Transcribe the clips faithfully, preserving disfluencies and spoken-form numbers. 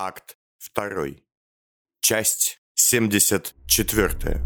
Акт второй. Часть семьдесят четвертая.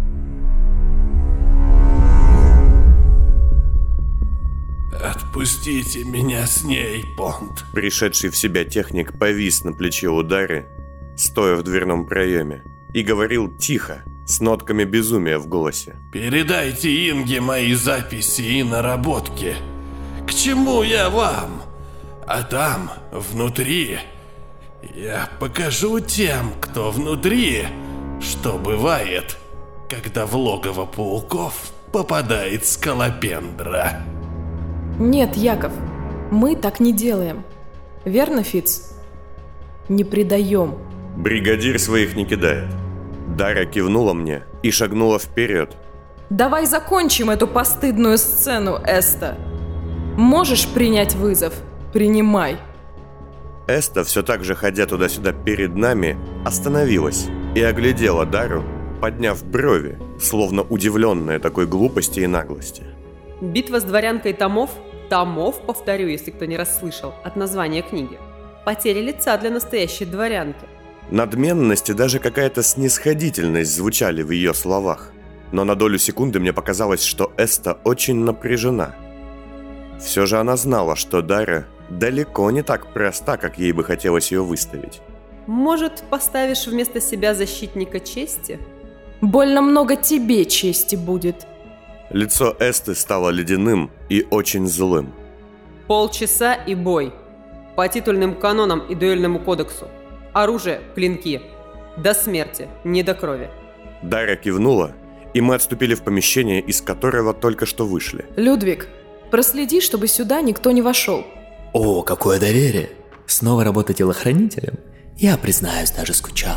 «Отпустите меня с ней, Понт!» Пришедший в себя техник повис на плече у Дары, стоя в дверном проеме, и говорил тихо, с нотками безумия в голосе. «Передайте Инге мои записи и наработки. К чему я вам? А там, внутри, я покажу тем, кто внутри, что бывает, когда в логово пауков попадает скалопендра». Нет, Яков, мы так не делаем. Верно, Фиц? Не предаем. Бригадир своих не кидает. Дара кивнула мне и шагнула вперед. Давай закончим эту постыдную сцену, Эста. Можешь принять вызов? Принимай. Эста, все так же ходя туда-сюда перед нами, остановилась и оглядела Дару, подняв брови, словно удивленная такой глупости и наглости. Битва с дворянкой томов, томов, повторю, если кто не расслышал, от названия книги. Потеря лица для настоящей дворянки. Надменность и даже какая-то снисходительность звучали в ее словах, но на долю секунды мне показалось, что Эста очень напряжена. Все же она знала, что Дара далеко не так проста, как ей бы хотелось ее выставить. Может, поставишь вместо себя защитника чести? Больно много тебе чести будет. Лицо Эсты стало ледяным и очень злым. Полчаса и бой. По титульным канонам и дуэльному кодексу. Оружие – клинки. До смерти, не до крови. Дара кивнула, и мы отступили в помещение, из которого только что вышли. Людвиг, проследи, чтобы сюда никто не вошел. О, какое доверие! Снова работа телохранителем? Я, признаюсь, даже скучал.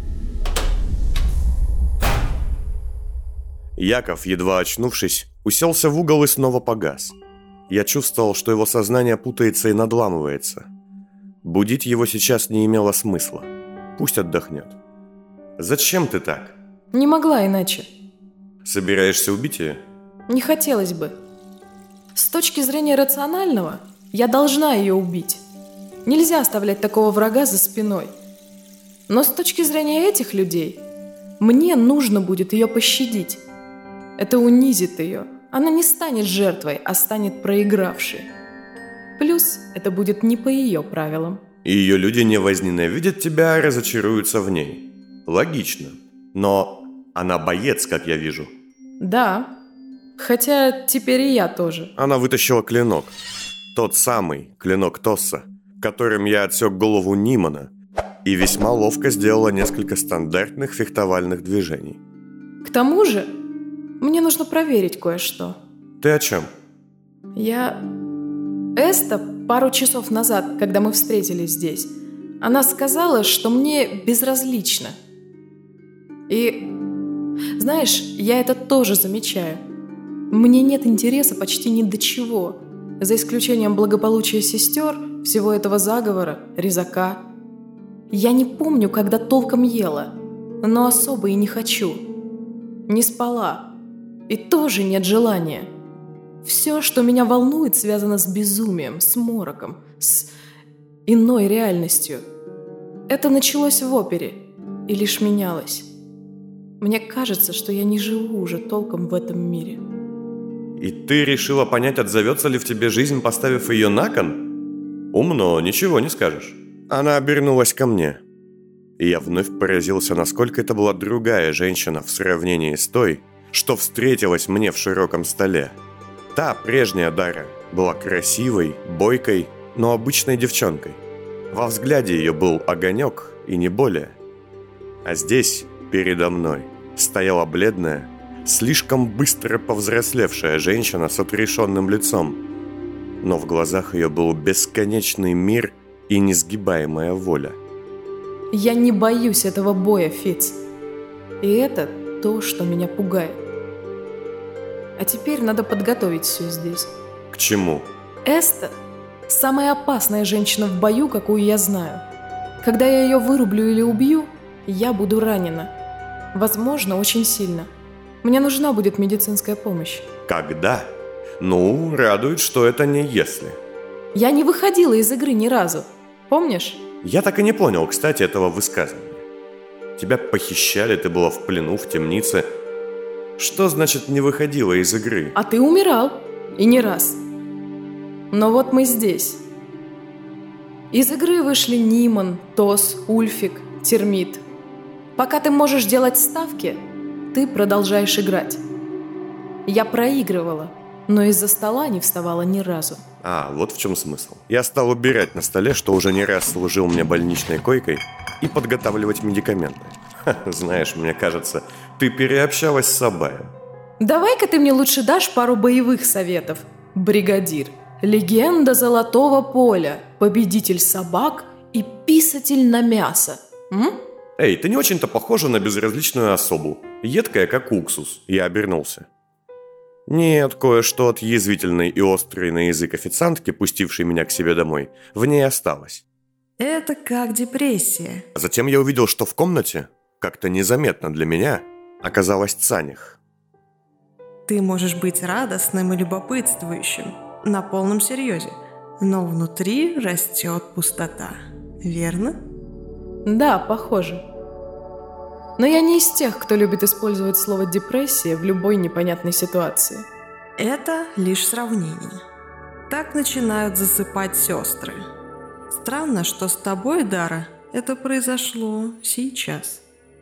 Яков, едва очнувшись, уселся в угол и снова погас. Я чувствовал, что его сознание путается и надламывается. Будить его сейчас не имело смысла. Пусть отдохнет. Зачем ты так? Не могла иначе. Собираешься убить ее? Не хотелось бы. С точки зрения рационального, я должна ее убить. Нельзя оставлять такого врага за спиной. Но с точки зрения этих людей, мне нужно будет ее пощадить. Это унизит ее. Она не станет жертвой, а станет проигравшей. Плюс это будет не по ее правилам. И ее люди не возненавидят тебя, а разочаруются в ней. Логично. Но она боец, как я вижу. Да. Хотя теперь и я тоже. Она вытащила клинок. Тот самый клинок Тосса, которым я отсек голову Нимана, и весьма ловко сделала несколько стандартных фехтовальных движений. К тому же, мне нужно проверить кое-что. Ты о чем? Я... Эста пару часов назад, когда мы встретились здесь, она сказала, что мне безразлично. И, знаешь, я это тоже замечаю. Мне нет интереса почти ни до чего, за исключением благополучия сестер, всего этого заговора, резака. Я не помню, когда толком ела, но особо и не хочу. Не спала. И тоже нет желания. Все, что меня волнует, связано с безумием, с мороком, с иной реальностью. Это началось в опере и лишь менялось. Мне кажется, что я не живу уже толком в этом мире. И ты решила понять, отзовется ли в тебе жизнь, поставив ее на кон? Умно, ничего не скажешь. Она обернулась ко мне. И я вновь поразился, насколько это была другая женщина в сравнении с той, что встретилась мне в широком столе. Та, прежняя Дара, была красивой, бойкой, но обычной девчонкой. Во взгляде ее был огонек, и не более. А здесь, передо мной, стояла бледная, слишком быстро повзрослевшая женщина с отрешенным лицом. Но в глазах ее был бесконечный мир и несгибаемая воля. Я не боюсь этого боя, Фиц. И это то, что меня пугает. А теперь надо подготовить все здесь. К чему? Эста – самая опасная женщина в бою, какую я знаю. Когда я ее вырублю или убью, я буду ранена. Возможно, очень сильно. Мне нужна будет медицинская помощь. Когда? Ну, радует, что это не если. Я не выходила из игры ни разу. Помнишь? Я так и не понял, кстати, этого высказывания. Тебя похищали, ты была в плену, в темнице. Что значит не выходила из игры? А ты умирал. И не раз. Но вот мы здесь. Из игры вышли Ниман, Тос, Ульфик, Термит. Пока ты можешь делать ставки, ты продолжаешь играть. Я проигрывала, но из-за стола не вставала ни разу. А, вот в чем смысл. Я стал убирать на столе, что уже не раз служил мне больничной койкой, и подготавливать медикаменты. Ха, знаешь, мне кажется, ты переобщалась с Сабаем. Давай-ка ты мне лучше дашь пару боевых советов. Бригадир, легенда Золотого поля, победитель собак и писатель на мясо. М? Эй, ты не очень-то похожа на безразличную особу. Едкая, как уксус. Я обернулся. Нет, кое-что от язвительной и острой на язык официантки, пустившей меня к себе домой, в ней осталось. Это как депрессия. Затем я увидел, что в комнате, как-то незаметно для меня, оказалась Цанях. Ты можешь быть радостным и любопытствующим, на полном серьезе, но внутри растет пустота, верно? Да, похоже. Но я не из тех, кто любит использовать слово «депрессия» в любой непонятной ситуации. Это лишь сравнение. Так начинают засыпать сестры. Странно, что с тобой, Дара, это произошло сейчас.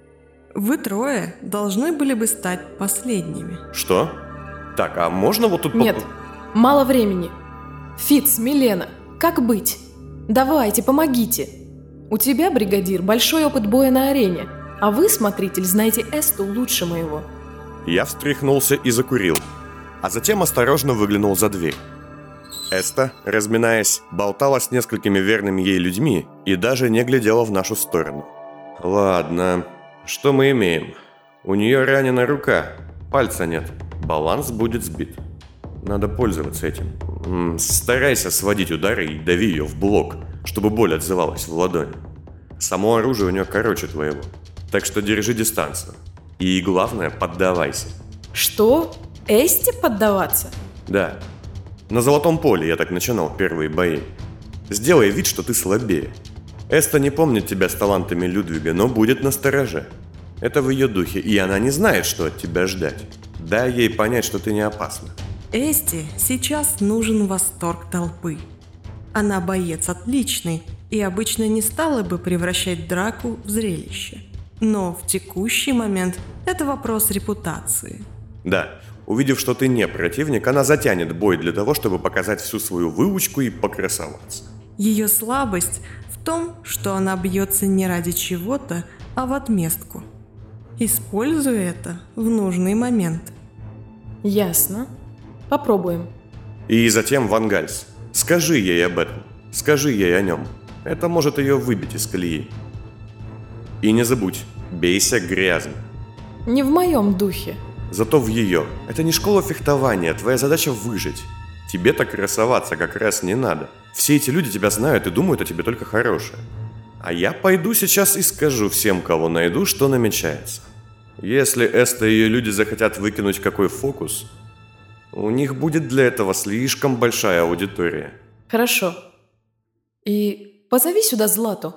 Вы трое должны были бы стать последними. Что? Так, а можно вот тут... Нет, мало времени. Фитц, Милена, как быть? Давайте, помогите. У тебя, бригадир, большой опыт боя на арене, а вы, смотритель, знаете Эсту лучше моего. Я встряхнулся и закурил, а затем осторожно выглянул за дверь. Эста, разминаясь, болтала с несколькими верными ей людьми и даже не глядела в нашу сторону. Ладно, что мы имеем? У нее ранена рука, пальца нет, баланс будет сбит. Надо пользоваться этим. М-м, старайся сводить удары и дави ее в блок, чтобы боль отзывалась в ладони. Само оружие у нее короче твоего, так что держи дистанцию. И главное, поддавайся. Что? Эсте поддаваться? Да. На Золотом поле я так начинал первые бои. Сделай вид, что ты слабее. Эста не помнит тебя с талантами Людвига, но будет настороже. Это в ее духе, и она не знает, что от тебя ждать. Дай ей понять, что ты не опасна. Эсте сейчас нужен восторг толпы. Она боец отличный и обычно не стала бы превращать драку в зрелище. Но в текущий момент это вопрос репутации. Да, увидев, что ты не противник, она затянет бой для того, чтобы показать всю свою выучку и покрасоваться. Ее слабость в том, что она бьется не ради чего-то, а в отместку. Используй это в нужный момент. Ясно. Попробуем. И затем Вангальс. Скажи ей об этом. Скажи ей о нем. Это может ее выбить из колеи. И не забудь, бейся грязно. Не в моем духе. Зато в ее. Это не школа фехтования, твоя задача выжить. Тебе-то красоваться как раз не надо. Все эти люди тебя знают и думают о тебе только хорошее. А я пойду сейчас и скажу всем, кого найду, что намечается. Если Эста и ее люди захотят выкинуть какой фокус, у них будет для этого слишком большая аудитория. Хорошо. И позови сюда Злату.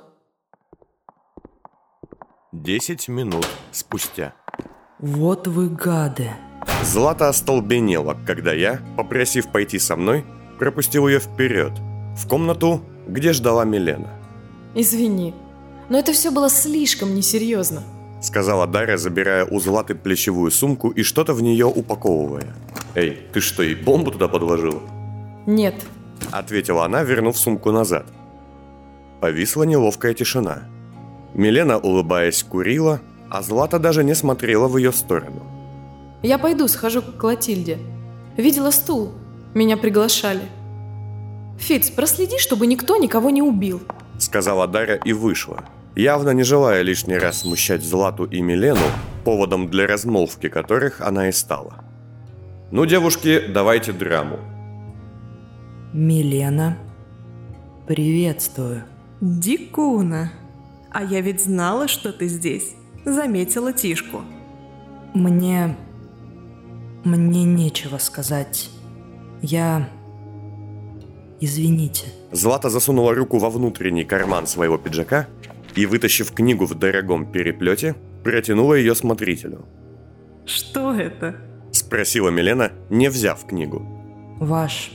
Десять минут спустя. Вот вы гады. Злата остолбенела, когда я, попросив пойти со мной, пропустил ее вперед, в комнату, где ждала Милена. Извини, но это все было слишком несерьезно. Сказала Дарья, забирая у Златы плечевую сумку и что-то в нее упаковывая. «Эй, ты что, и бомбу туда подложила?» Нет. Ответила она, вернув сумку назад. Повисла неловкая тишина. Милена, улыбаясь, курила, а Злата даже не смотрела в ее сторону. Я пойду схожу к Клотильде. Видела стул. Меня приглашали. Фитц, проследи, чтобы никто никого не убил. Сказала Дарья и вышла, явно не желая лишний раз смущать Злату и Милену, поводом для размолвки которых она и стала. Ну, девушки, давайте драму. Милена, приветствую. Дикуна, а я ведь знала, что ты здесь. Заметила Тишку. Мне... Мне нечего сказать. Я... Извините. Злата засунула руку во внутренний карман своего пиджака и, вытащив книгу в дорогом переплете, протянула ее смотрителю. «Что это?» – спросила Милена, не взяв книгу. Ваш...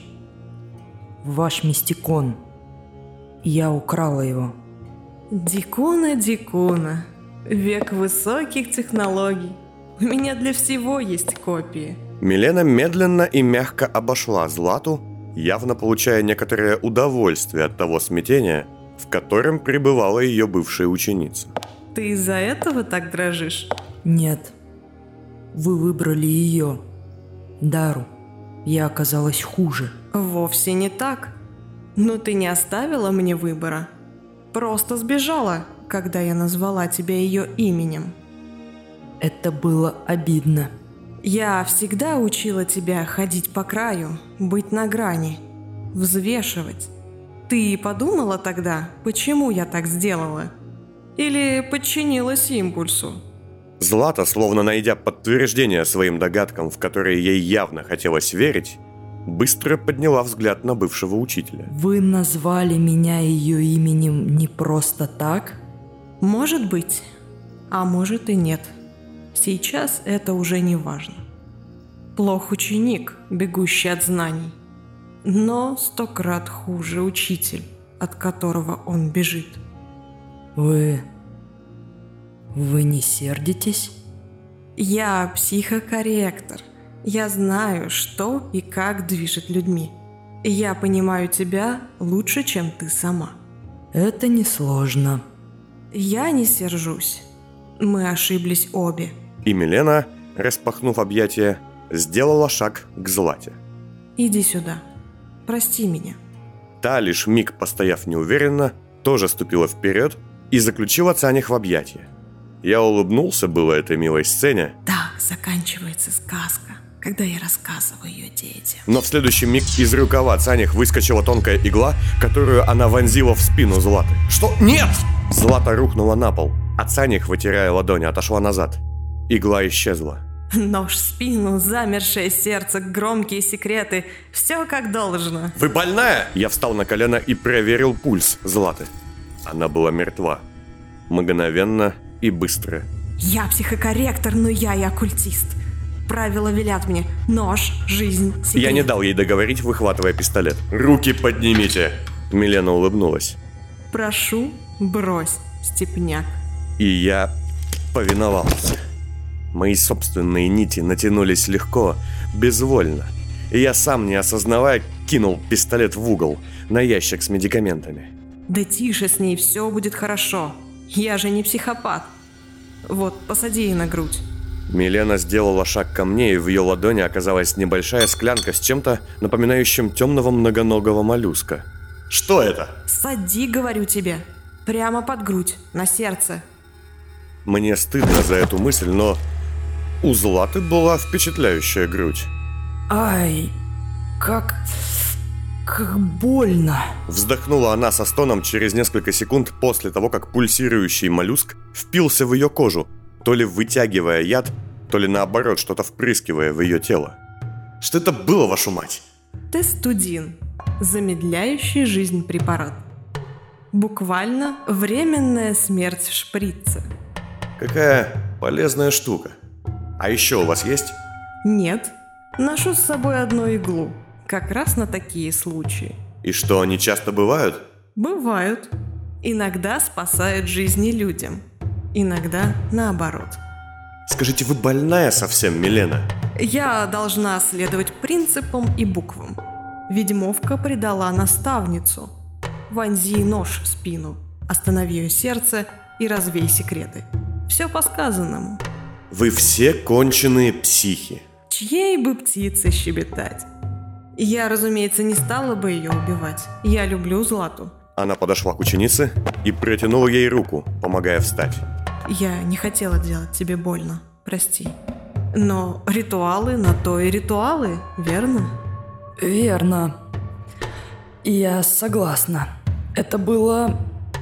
Ваш мистикон. Я украла его. Дикуна, Дикуна. Век высоких технологий. У меня для всего есть копии. Милена медленно и мягко обошла Злату, явно получая некоторое удовольствие от того смятения, в котором пребывала ее бывшая ученица. Ты из-за этого так дрожишь? Нет. Вы выбрали ее. Дару. Я оказалась хуже. Вовсе не так. Но ты не оставила мне выбора. Просто сбежала, когда я назвала тебя ее именем. Это было обидно. Я всегда учила тебя ходить по краю, быть на грани, взвешивать. Ты подумала тогда, почему я так сделала? Или подчинилась импульсу? Злата, словно найдя подтверждение своим догадкам, в которые ей явно хотелось верить, быстро подняла взгляд на бывшего учителя. Вы назвали меня ее именем не просто так? Может быть, а может и нет. Сейчас это уже не важно. Плох ученик, бегущий от знаний, но сто крат хуже учитель, от которого он бежит. Вы... Вы не сердитесь? Я психокорректор. Я знаю, что и как движет людьми. Я понимаю тебя лучше, чем ты сама. Это несложно. Я не сержусь. Мы ошиблись обе. И Милена, распахнув объятия, сделала шаг к Злате. Иди сюда. Прости меня. Та, лишь миг постояв неуверенно, тоже ступила вперед и заключила Цанях в объятия. Я улыбнулся было этой милой сцене. Так заканчивается сказка, когда я рассказываю ее детям. Но в следующий миг из рукава Цанях выскочила тонкая игла, которую она вонзила в спину Златы. Что? Нет! Злата рухнула на пол, а Цанях, вытирая ладони, отошла назад. Игла исчезла. Нож в спину, замершее сердце, громкие секреты. Все как должно. Вы больная? Я встал на колено и проверил пульс Златы. Она была мертва. Мгновенно и быстро. Я психокорректор, но я и оккультист. Правила велят мне. Нож, жизнь, секрет. Я не дал ей договорить, выхватывая пистолет. Руки поднимите. Милена улыбнулась. Прошу, брось, степняк. И я повиновался. Мои собственные нити натянулись легко, безвольно. И я сам, не осознавая, кинул пистолет в угол, на ящик с медикаментами. Да тише с ней, все будет хорошо. Я же не психопат. Вот, посади ей на грудь. Милена сделала шаг ко мне, и в ее ладони оказалась небольшая склянка с чем-то, напоминающим темного многоногого моллюска. Что это? Сади, говорю тебе. Прямо под грудь, на сердце. Мне стыдно за эту мысль, но у Златы была впечатляющая грудь. Ай, как... как больно. Вздохнула она со стоном через несколько секунд после того, как пульсирующий моллюск впился в ее кожу, то ли вытягивая яд, то ли наоборот что-то впрыскивая в ее тело. Что это было, вашу мать? Тестудин. Замедляющий жизнь препарат. Буквально временная смерть в шприце. Какая полезная штука. А еще у вас есть? Нет. Ношу с собой одну иглу. Как раз на такие случаи. И что, они часто бывают? Бывают. Иногда спасают жизни людям. Иногда наоборот. Скажите, вы больная совсем, Милена? Я должна следовать принципам и буквам. Ведьмовка предала наставницу. Вонзи нож в спину, останови ее сердце и развей секреты. Все по сказанному. Вы все конченые психи. Чьей бы птице щебетать? Я, разумеется, не стала бы ее убивать. Я люблю Злату. Она подошла к ученице и протянула ей руку, помогая встать. Я не хотела делать тебе больно, прости. Но ритуалы на то и ритуалы, верно? Верно. Я согласна. Это было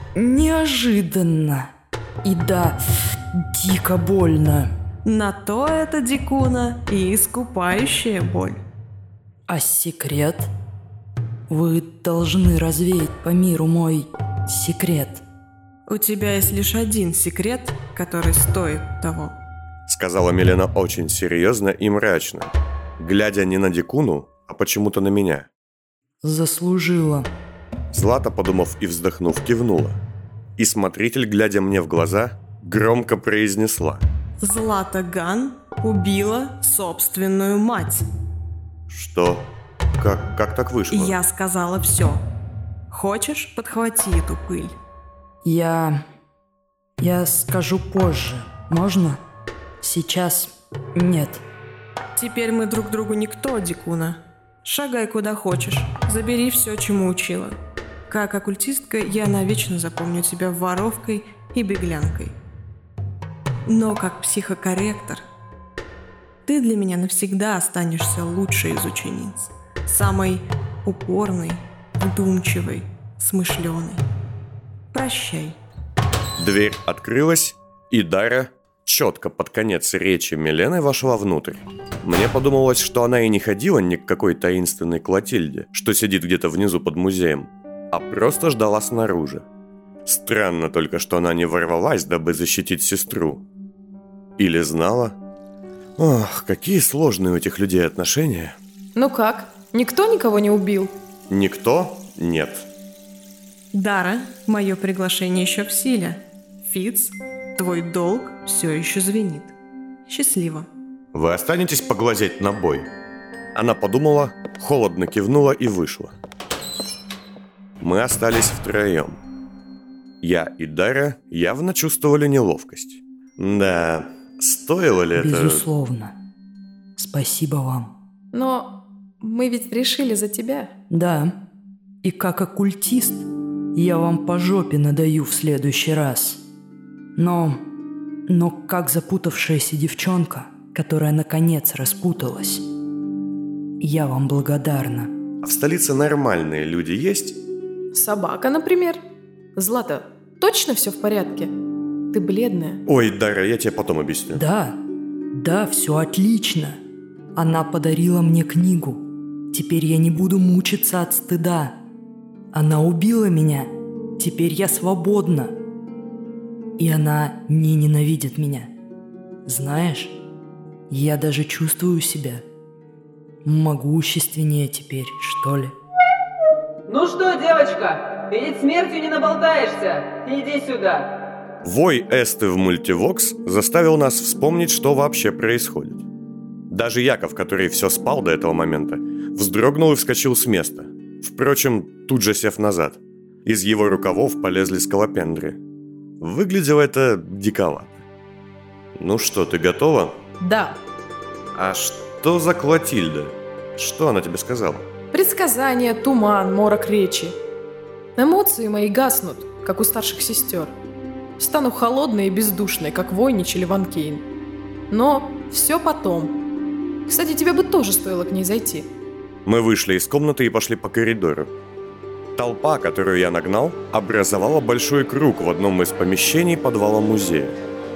неожиданно. И да, дико больно. На то это, Дикуна, и искупающая боль. А секрет? Вы должны развеять по миру мой секрет. У тебя есть лишь один секрет, который стоит того. Сказала Милена очень серьезно и мрачно, глядя не на Дикуну, а почему-то на меня. Заслужила. Злата, подумав и вздохнув, кивнула. И смотритель, глядя мне в глаза, громко произнесла: Злата Ган убила собственную мать. Что? Как, как так вышло? Я сказала все. Хочешь, подхвати эту пыль? Я... Я скажу позже. Можно? Сейчас нет. Теперь мы друг другу никто, Дикуна. Шагай куда хочешь. Забери все, чему учила. Как оккультистка я навечно запомню тебя воровкой и беглянкой. Но как психокорректор ты для меня навсегда останешься лучшей из учениц. Самой упорной, вдумчивой, смышленой. Прощай. Дверь открылась, и Дара четко под конец речи Милены вошла внутрь. Мне подумалось, что она и не ходила ни к какой таинственной Клотильде, что сидит где-то внизу под музеем, а просто ждала снаружи. Странно только, что она не ворвалась, дабы защитить сестру. Или знала? Ох, какие сложные у этих людей отношения. Ну как? Никто никого не убил? Никто? Нет. Дара, мое приглашение еще в силе. Фиц, твой долг все еще звенит. Счастливо. Вы останетесь поглазеть на бой? Она подумала, холодно кивнула и вышла. Мы остались втроем. Я и Дара явно чувствовали неловкость. Да, стоило ли это... Безусловно. Спасибо вам. Но мы ведь решили за тебя. Да. И как оккультист я вам по жопе надаю в следующий раз. Но... Но как запутавшаяся девчонка, которая наконец распуталась, я вам благодарна. А в столице нормальные люди есть? Собака, например. Злата, точно все в порядке? Ты бледная. Ой, Дара, я тебе потом объясню. Да, да, все отлично. Она подарила мне книгу. Теперь я не буду мучиться от стыда. Она убила меня. Теперь я свободна. И она не ненавидит меня. Знаешь, я даже чувствую себя могущественнее теперь, что ли. Ну что, девочка, перед смертью не наболтаешься. Иди сюда. Вой Эсты в мультивокс заставил нас вспомнить, что вообще происходит. Даже Яков, который все спал до этого момента, вздрогнул и вскочил с места. Впрочем, тут же сев назад. Из его рукавов полезли скалопендры. Выглядело это диковато. Ну что, ты готова? Да. А что за Клотильда? Что она тебе сказала? Предсказания, туман, морок речи. Эмоции мои гаснут, как у старших сестер. Стану холодной и бездушной, как Войнич или Ван Кейн. Но все потом. Кстати, тебе бы тоже стоило к ней зайти. Мы вышли из комнаты и пошли по коридору. Толпа, которую я нагнал, образовала большой круг в одном из помещений подвала музея.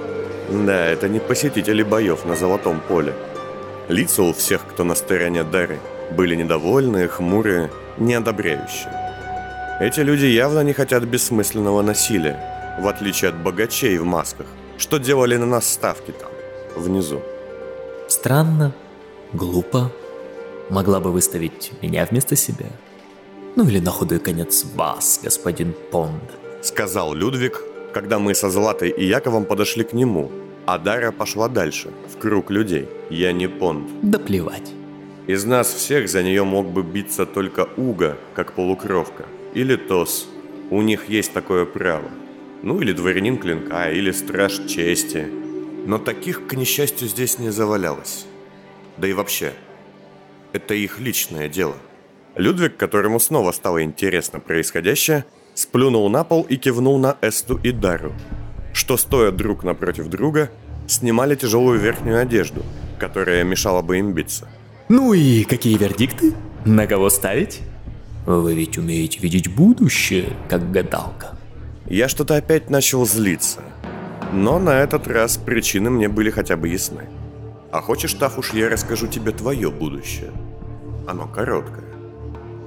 Да, это не посетители боев на Золотом поле. Лица у всех, кто на стороне Дары, были недовольные, хмурые, неодобряющие. Эти люди явно не хотят бессмысленного насилия, в отличие от богачей в масках, что делали на нас ставки там, внизу. Странно, глупо. Могла бы выставить меня вместо себя. Ну или на худой конец вас, господин Понд. Сказал Людвиг, когда мы со Златой и Яковом подошли к нему, а Дара пошла дальше, в круг людей. Я не Понд. Да плевать. Из нас всех за нее мог бы биться только Уга, как полукровка. Или Тос. У них есть такое право. Ну или дворянин клинка, или страж чести. Но таких, к несчастью, здесь не завалялось. Да и вообще, это их личное дело. Людвиг, которому снова стало интересно происходящее, сплюнул на пол и кивнул на Эсту и Дару, что, стоя друг напротив друга, снимали тяжелую верхнюю одежду, которая мешала бы им биться. Ну и какие вердикты? На кого ставить? Вы ведь умеете видеть будущее, как гадалка. Я что-то опять начал злиться, но на этот раз причины мне были хотя бы ясны. А хочешь, Тафуш, я расскажу тебе твое будущее? Оно короткое.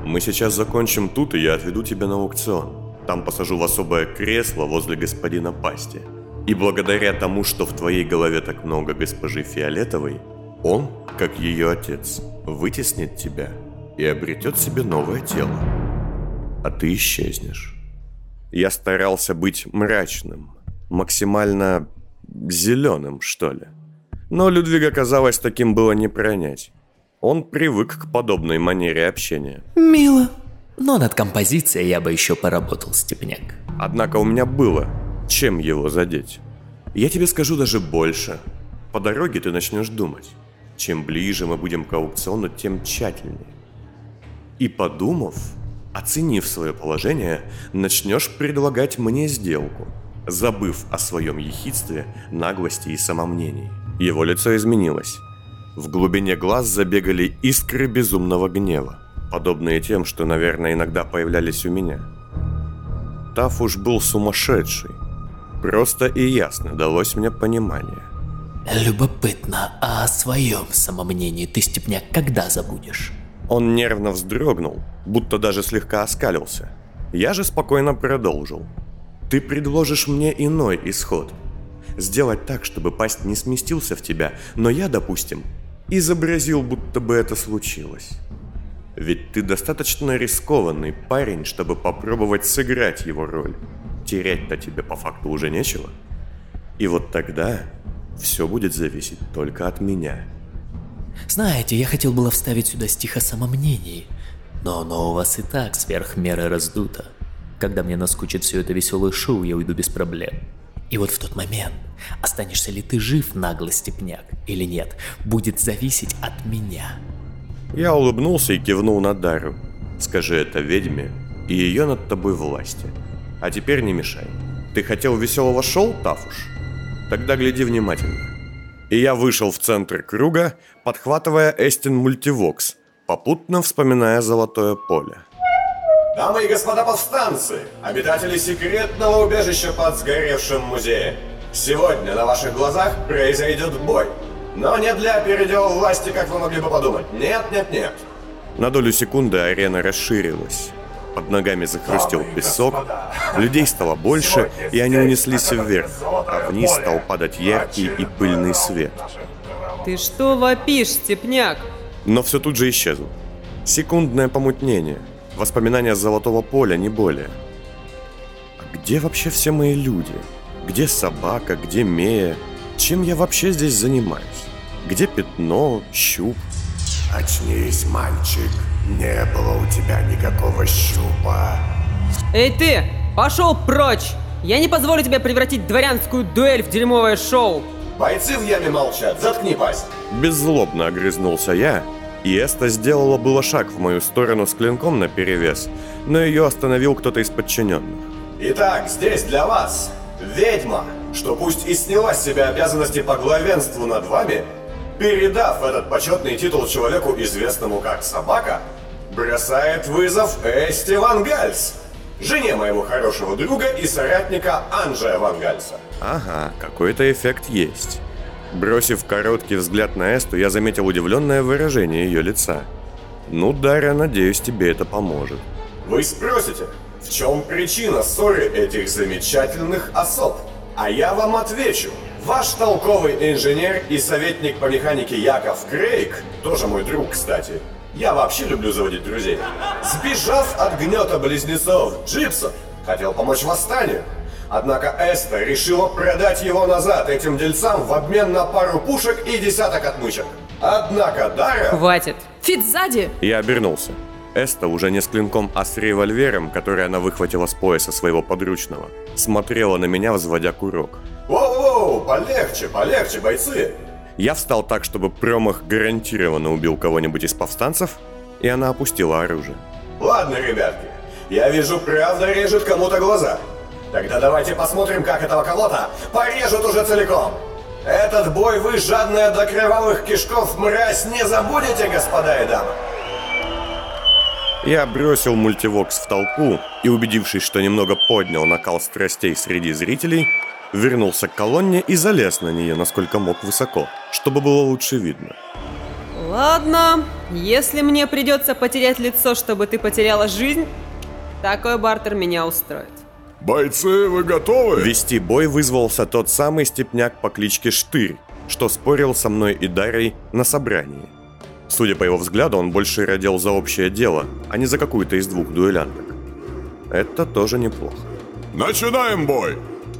Мы сейчас закончим тут, и я отведу тебя на аукцион. Там посажу в особое кресло возле господина Пасти. И благодаря тому, что в твоей голове так много госпожи Фиолетовой, он, как ее отец, вытеснит тебя и обретет себе новое тело. А ты исчезнешь. Я старался быть мрачным, максимально зеленым, что ли. Но Людвига, казалось, таким было не пронять. Он привык к подобной манере общения. Мило. Но над композицией я бы еще поработал, Степняк. Однако у меня было чем его задеть. Я тебе скажу даже больше. По дороге ты начнешь думать. Чем ближе мы будем к аукциону, тем тщательнее. И подумав, оценив свое положение, начнешь предлагать мне сделку, забыв о своем ехидстве, наглости и самомнении. Его лицо изменилось. В глубине глаз забегали искры безумного гнева, подобные тем, что, наверное, иногда появлялись у меня. Тафуш был сумасшедший. Просто и ясно далось мне понимание. Любопытно, а о своем самомнении ты, Степняк, когда забудешь? Он нервно вздрогнул, будто даже слегка оскалился. Я же спокойно продолжил. Ты предложишь мне иной исход. Сделать так, чтобы пасть не сместился в тебя, но я, допустим, изобразил, будто бы это случилось. Ведь ты достаточно рискованный парень, чтобы попробовать сыграть его роль. Терять-то тебе по факту уже нечего. И вот тогда все будет зависеть только от меня. Знаете, я хотел было вставить сюда стих о самомнении, но оно у вас и так сверх меры раздуто. Когда мне наскучит все это веселое шоу, я уйду без проблем. И вот в тот момент, останешься ли ты жив, наглый Степняк, или нет, будет зависеть от меня. Я улыбнулся и кивнул на Дару. Скажи это ведьме, и ее над тобой власти. А теперь не мешай. Ты хотел веселого шоу, Тафуш? Тогда гляди внимательно. И я вышел в центр круга, подхватывая Эстин мультивокс, попутно вспоминая золотое поле. Дамы и господа повстанцы, обитатели секретного убежища под сгоревшим музеем, сегодня на ваших глазах произойдет бой. Но не для передела власти, как вы могли бы подумать. Нет, нет, нет. На долю секунды арена расширилась. Под ногами захрустел песок, людей стало больше, и они унеслись вверх, а вниз стал падать яркий и пыльный свет. Ты что вопишь, Степняк? Но все тут же исчезло. Секундное помутнение. Воспоминания золотого поля, не более. А где вообще все мои люди? Где собака, где Мея? Чем я вообще здесь занимаюсь? Где Пятно, Щуп? Очнись, мальчик. Не было у тебя никакого щупа. Эй ты, пошел прочь! Я не позволю тебе превратить дворянскую дуэль в дерьмовое шоу. Бойцы в яме молчат, заткни пасть. Беззлобно огрызнулся я, и Эста сделала было шаг в мою сторону с клинком наперевес, но ее остановил кто-то из подчиненных. Итак, здесь для вас ведьма, что пусть и сняла с себя обязанности по главенству над вами, передав этот почетный титул человеку, известному как Собака, бросает вызов Эсти Ван Гальс, жене моего хорошего друга и соратника Анджея Ван Гальса. Ага, какой-то эффект есть. Бросив короткий взгляд на Эсту, я заметил удивленное выражение ее лица. Ну, Дарья, надеюсь, тебе это поможет. Вы спросите, в чем причина ссоры этих замечательных особ? А я вам отвечу. Ваш толковый инженер и советник по механике Яков Крейг, тоже мой друг, кстати, я вообще люблю заводить друзей, сбежав от гнета близнецов Джипсов, хотел помочь восстанию. Однако Эста решила продать его назад этим дельцам в обмен на пару пушек и десяток отмычек. Однако Дара... Хватит. Фит сзади! Я обернулся. Эста, уже не с клинком, а с револьвером, который она выхватила с пояса своего подручного, смотрела на меня, взводя курок. Воу-воу, полегче, полегче, бойцы! Я встал так, чтобы промах гарантированно убил кого-нибудь из повстанцев, и она опустила оружие. Ладно, ребятки, я вижу, правда режет кому-то глаза. Тогда давайте посмотрим, как этого кого-то порежут уже целиком. Этот бой вы, жадная до кровавых кишков мразь, не забудете, господа и дамы. Я бросил мультивокс в толпу и, убедившись, что немного поднял накал страстей среди зрителей, вернулся к колонне и залез на нее, насколько мог, высоко, чтобы было лучше видно. Ладно, Если мне придется потерять лицо, чтобы ты потеряла жизнь, такой бартер меня устроит. Бойцы, вы готовы? Вести бой вызвался тот самый степняк по кличке Штырь, что спорил со мной и Дарьей на собрании. Судя по его взгляду, он больше родил за общее дело, а не за какую-то из двух дуэлянток. Это тоже неплохо. Начинаем бой!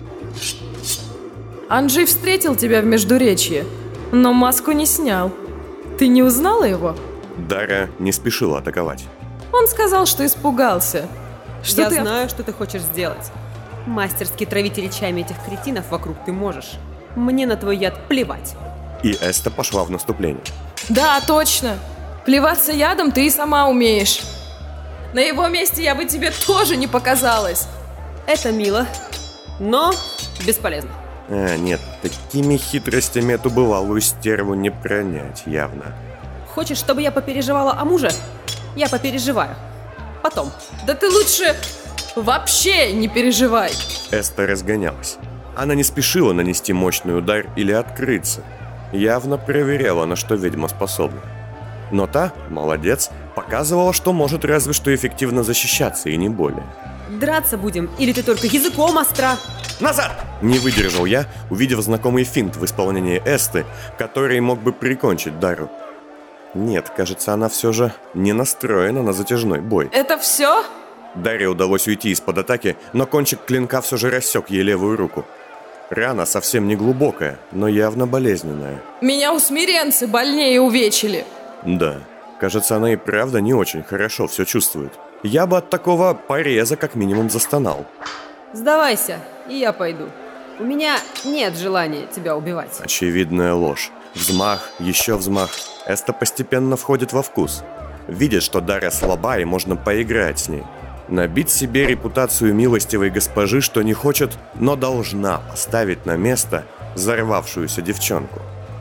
Анджей встретил тебя в Междуречье, но маску не снял. Ты не узнала его? Дарья не спешила атаковать. Он сказал, что испугался. Что Я ты... знаю, что ты хочешь сделать. Мастерски травить речами этих кретинов вокруг ты можешь. Мне на твой яд плевать. И Эста пошла в наступление. Да, точно. Плеваться ядом ты и сама умеешь. На его месте я бы тебе тоже не показалась. Это мило, но бесполезно. А, нет, такими хитростями эту бывалую стерву не пронять, явно. Хочешь, чтобы я попереживала о муже? Я попереживаю. Потом. Да ты лучше вообще не переживай. Эста разгонялась. Она не спешила нанести мощный удар или открыться. Явно проверяла, на что ведьма способна. Но та, молодец, показывала, что может разве что эффективно защищаться и не более. Драться будем, или ты только языком остра? Назад! Не выдержал я, увидев знакомый финт в исполнении Эсты, который мог бы прикончить Дару. Нет, кажется, она все же не настроена на затяжной бой. Это все? Дарье удалось уйти из-под атаки, но кончик клинка все же рассек ей левую руку. Рана совсем не глубокая, но явно болезненная. Меня усмиренцы больнее увечили. Да, кажется, она и правда не очень хорошо все чувствует. Я бы от такого пореза как минимум застонал. Сдавайся, и я пойду. У меня нет желания тебя убивать. Очевидная ложь. Взмах, еще взмах. Эста постепенно входит во вкус. Видит, что Дарья слаба и можно поиграть с ней. Набить себе репутацию милостивой госпожи, что не хочет, но должна поставить на место взорвавшуюся девчонку.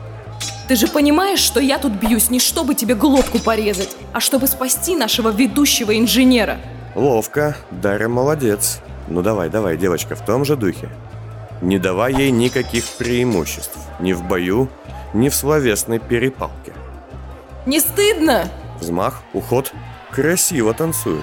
Ты же понимаешь, что я тут бьюсь не чтобы тебе глотку порезать, а чтобы спасти нашего ведущего инженера. Ловко, Дарья молодец. Ну давай, давай, девочка, в том же духе. Не давай ей никаких преимуществ. Ни в бою, ни в словесной перепалке. Не стыдно? Взмах, уход. Красиво танцуют.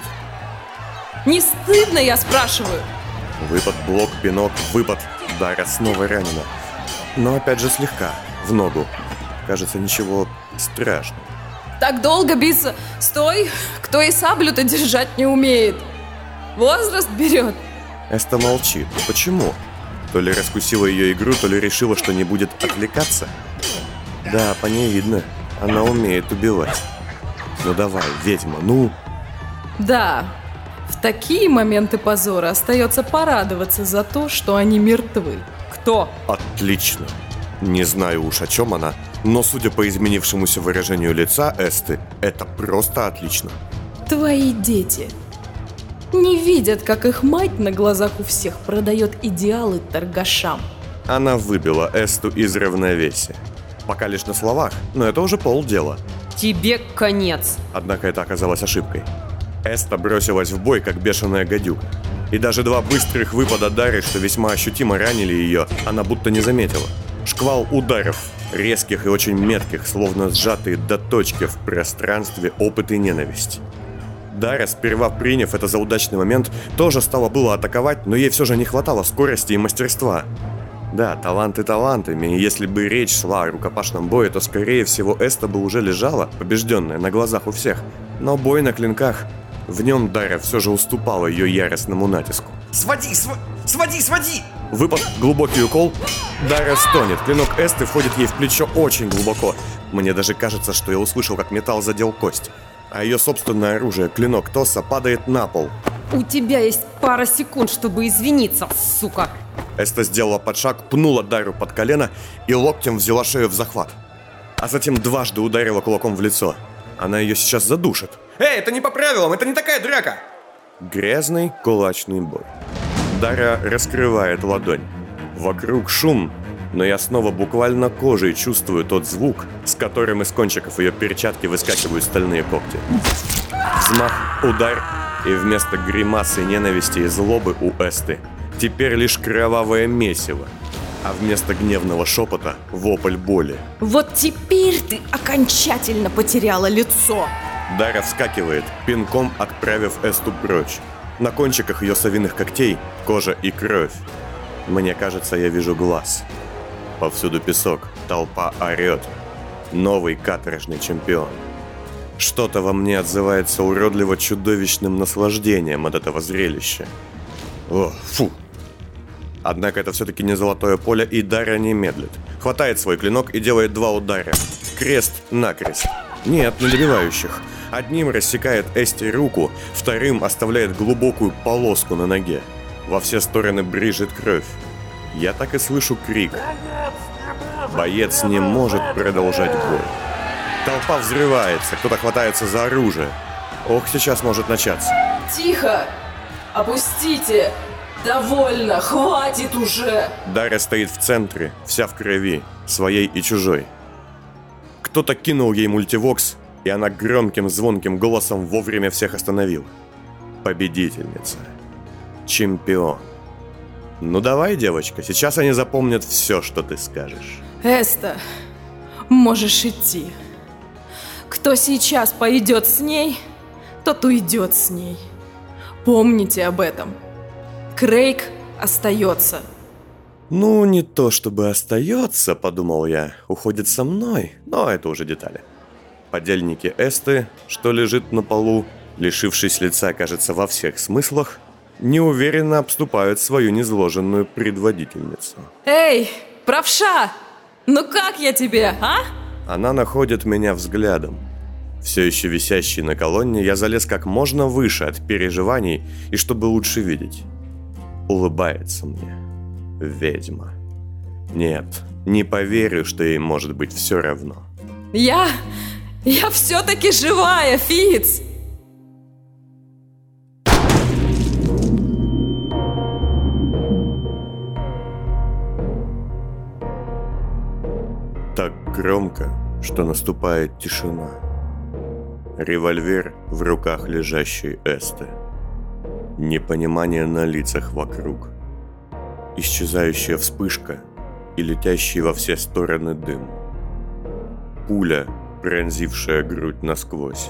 Не стыдно, я спрашиваю? Выпад, блок, пинок, выпад. Дарья снова ранена. Но опять же слегка, в ногу. Кажется, ничего страшного. Так долго биться? Стой! Кто и саблю-то держать не умеет? Возраст берет. Эста молчит. Почему? То ли раскусила ее игру, то ли решила, что не будет отвлекаться. Да, по ней видно. Она умеет убивать. Ну давай, ведьма, ну... Да, в такие моменты позора остается порадоваться за то, что они мертвы. Кто? Отлично. Не знаю уж, о чем она, но судя по изменившемуся выражению лица Эсты, это просто отлично. Твои дети не видят, как их мать на глазах у всех продает идеалы торгашам. Она выбила Эсту из равновесия. Пока лишь на словах, но это уже полдела. Тебе конец. Однако это оказалось ошибкой. Эста бросилась в бой, как бешеная гадюка. И даже два быстрых выпада Дары, что весьма ощутимо ранили ее, она будто не заметила. Шквал ударов, резких и очень метких, словно сжатые до точки в пространстве опыт и ненависть. Дара, сперва приняв это за удачный момент, тоже стала было атаковать, но ей все же не хватало скорости и мастерства. Да, таланты талантами, и если бы речь шла о рукопашном бое, то, скорее всего, Эста бы уже лежала, побежденная, на глазах у всех. Но бой на клинках, в нем Дара все же уступала ее яростному натиску. Своди, св... своди, своди! Выпад, глубокий укол. Дара стонет. Клинок Эсты входит ей в плечо очень глубоко. Мне даже кажется, что я услышал, как металл задел кость. А ее собственное оружие, клинок Тоса, падает на пол. У тебя есть пара секунд, чтобы извиниться, сука. Эста сделала подшаг, пнула Дару под колено и локтем взяла шею в захват. А затем дважды ударила кулаком в лицо. Она ее сейчас задушит. Эй, это не по правилам, это не такая драка! Грязный кулачный бой. Дара раскрывает ладонь. Вокруг шум, но я снова буквально кожей чувствую тот звук, с которым из кончиков ее перчатки выскакивают стальные когти. Взмах, удар, и вместо гримасы ненависти и злобы у Эсты теперь лишь кровавое месиво. а вместо гневного шепота – вопль боли. Вот теперь ты окончательно потеряла лицо. Дара вскакивает, пинком отправив Эсту прочь. На кончиках ее совиных когтей кожа и кровь. Мне кажется, я вижу глаз. Повсюду песок, толпа орет. Новый каторжный чемпион. Что-то во мне отзывается уродливо-чудовищным наслаждением от этого зрелища. О, фу. Однако это все-таки не золотое поле, и Дара не медлит. Хватает свой клинок и делает два удара. Крест-накрест. Нет, не добивающих. Одним рассекает Эсте руку, вторым оставляет глубокую полоску на ноге. Во все стороны брызжет кровь. Я так и слышу крик. Боец не может продолжать бой. Толпа взрывается, кто-то хватается за оружие. Ох, сейчас может начаться. Тихо! Опустите! Довольно, хватит уже! Дара стоит в центре, вся в крови, своей и чужой. Кто-то кинул ей мультивокс, и она громким звонким голосом вовремя всех остановила. Победительница. Чемпион. Ну давай, девочка, сейчас они запомнят все, что ты скажешь. Эста, можешь идти. Кто сейчас пойдет с ней, тот уйдет с ней. Помните об этом. Крейг остается. Ну, не то чтобы остается, подумал я, уходит со мной, но это уже детали. Подельники Эсты, что лежит на полу, лишившись лица, кажется, во всех смыслах, неуверенно обступают свою низложенную предводительницу. Эй, правша! Ну как я тебе, а? Она находит меня взглядом. Все еще висящий на колонне, я залез как можно выше от переживаний, и чтобы лучше видеть. Улыбается мне. Ведьма. Нет, не поверю, что ей может быть все равно. Я... я все-таки живая, Фиц! Так громко, что наступает тишина. Револьвер в руках лежащей Эсты. Непонимание на лицах вокруг. Исчезающая вспышка и летящий во все стороны дым. Пуля, пронзившая грудь насквозь.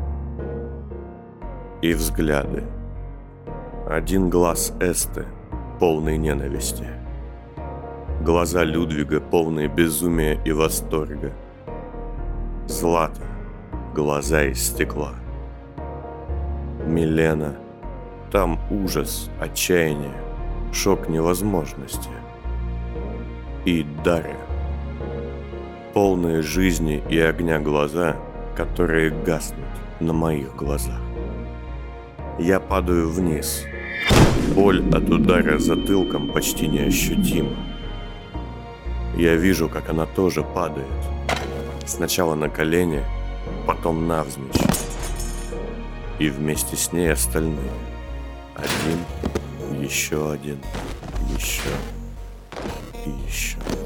И взгляды. Один глаз Эсты, полный ненависти. Глаза Людвига, полные безумия и восторга. Злата, глаза из стекла. Милена, там ужас, отчаяние, шок невозможности. И Дарья, полные жизни и огня глаза, которые гаснут на моих глазах. Я падаю вниз. Боль от удара затылком почти неощутима. Я вижу, как она тоже падает. Сначала на колени, потом навзничь. И вместе с ней остальные. Один, еще один, еще и еще.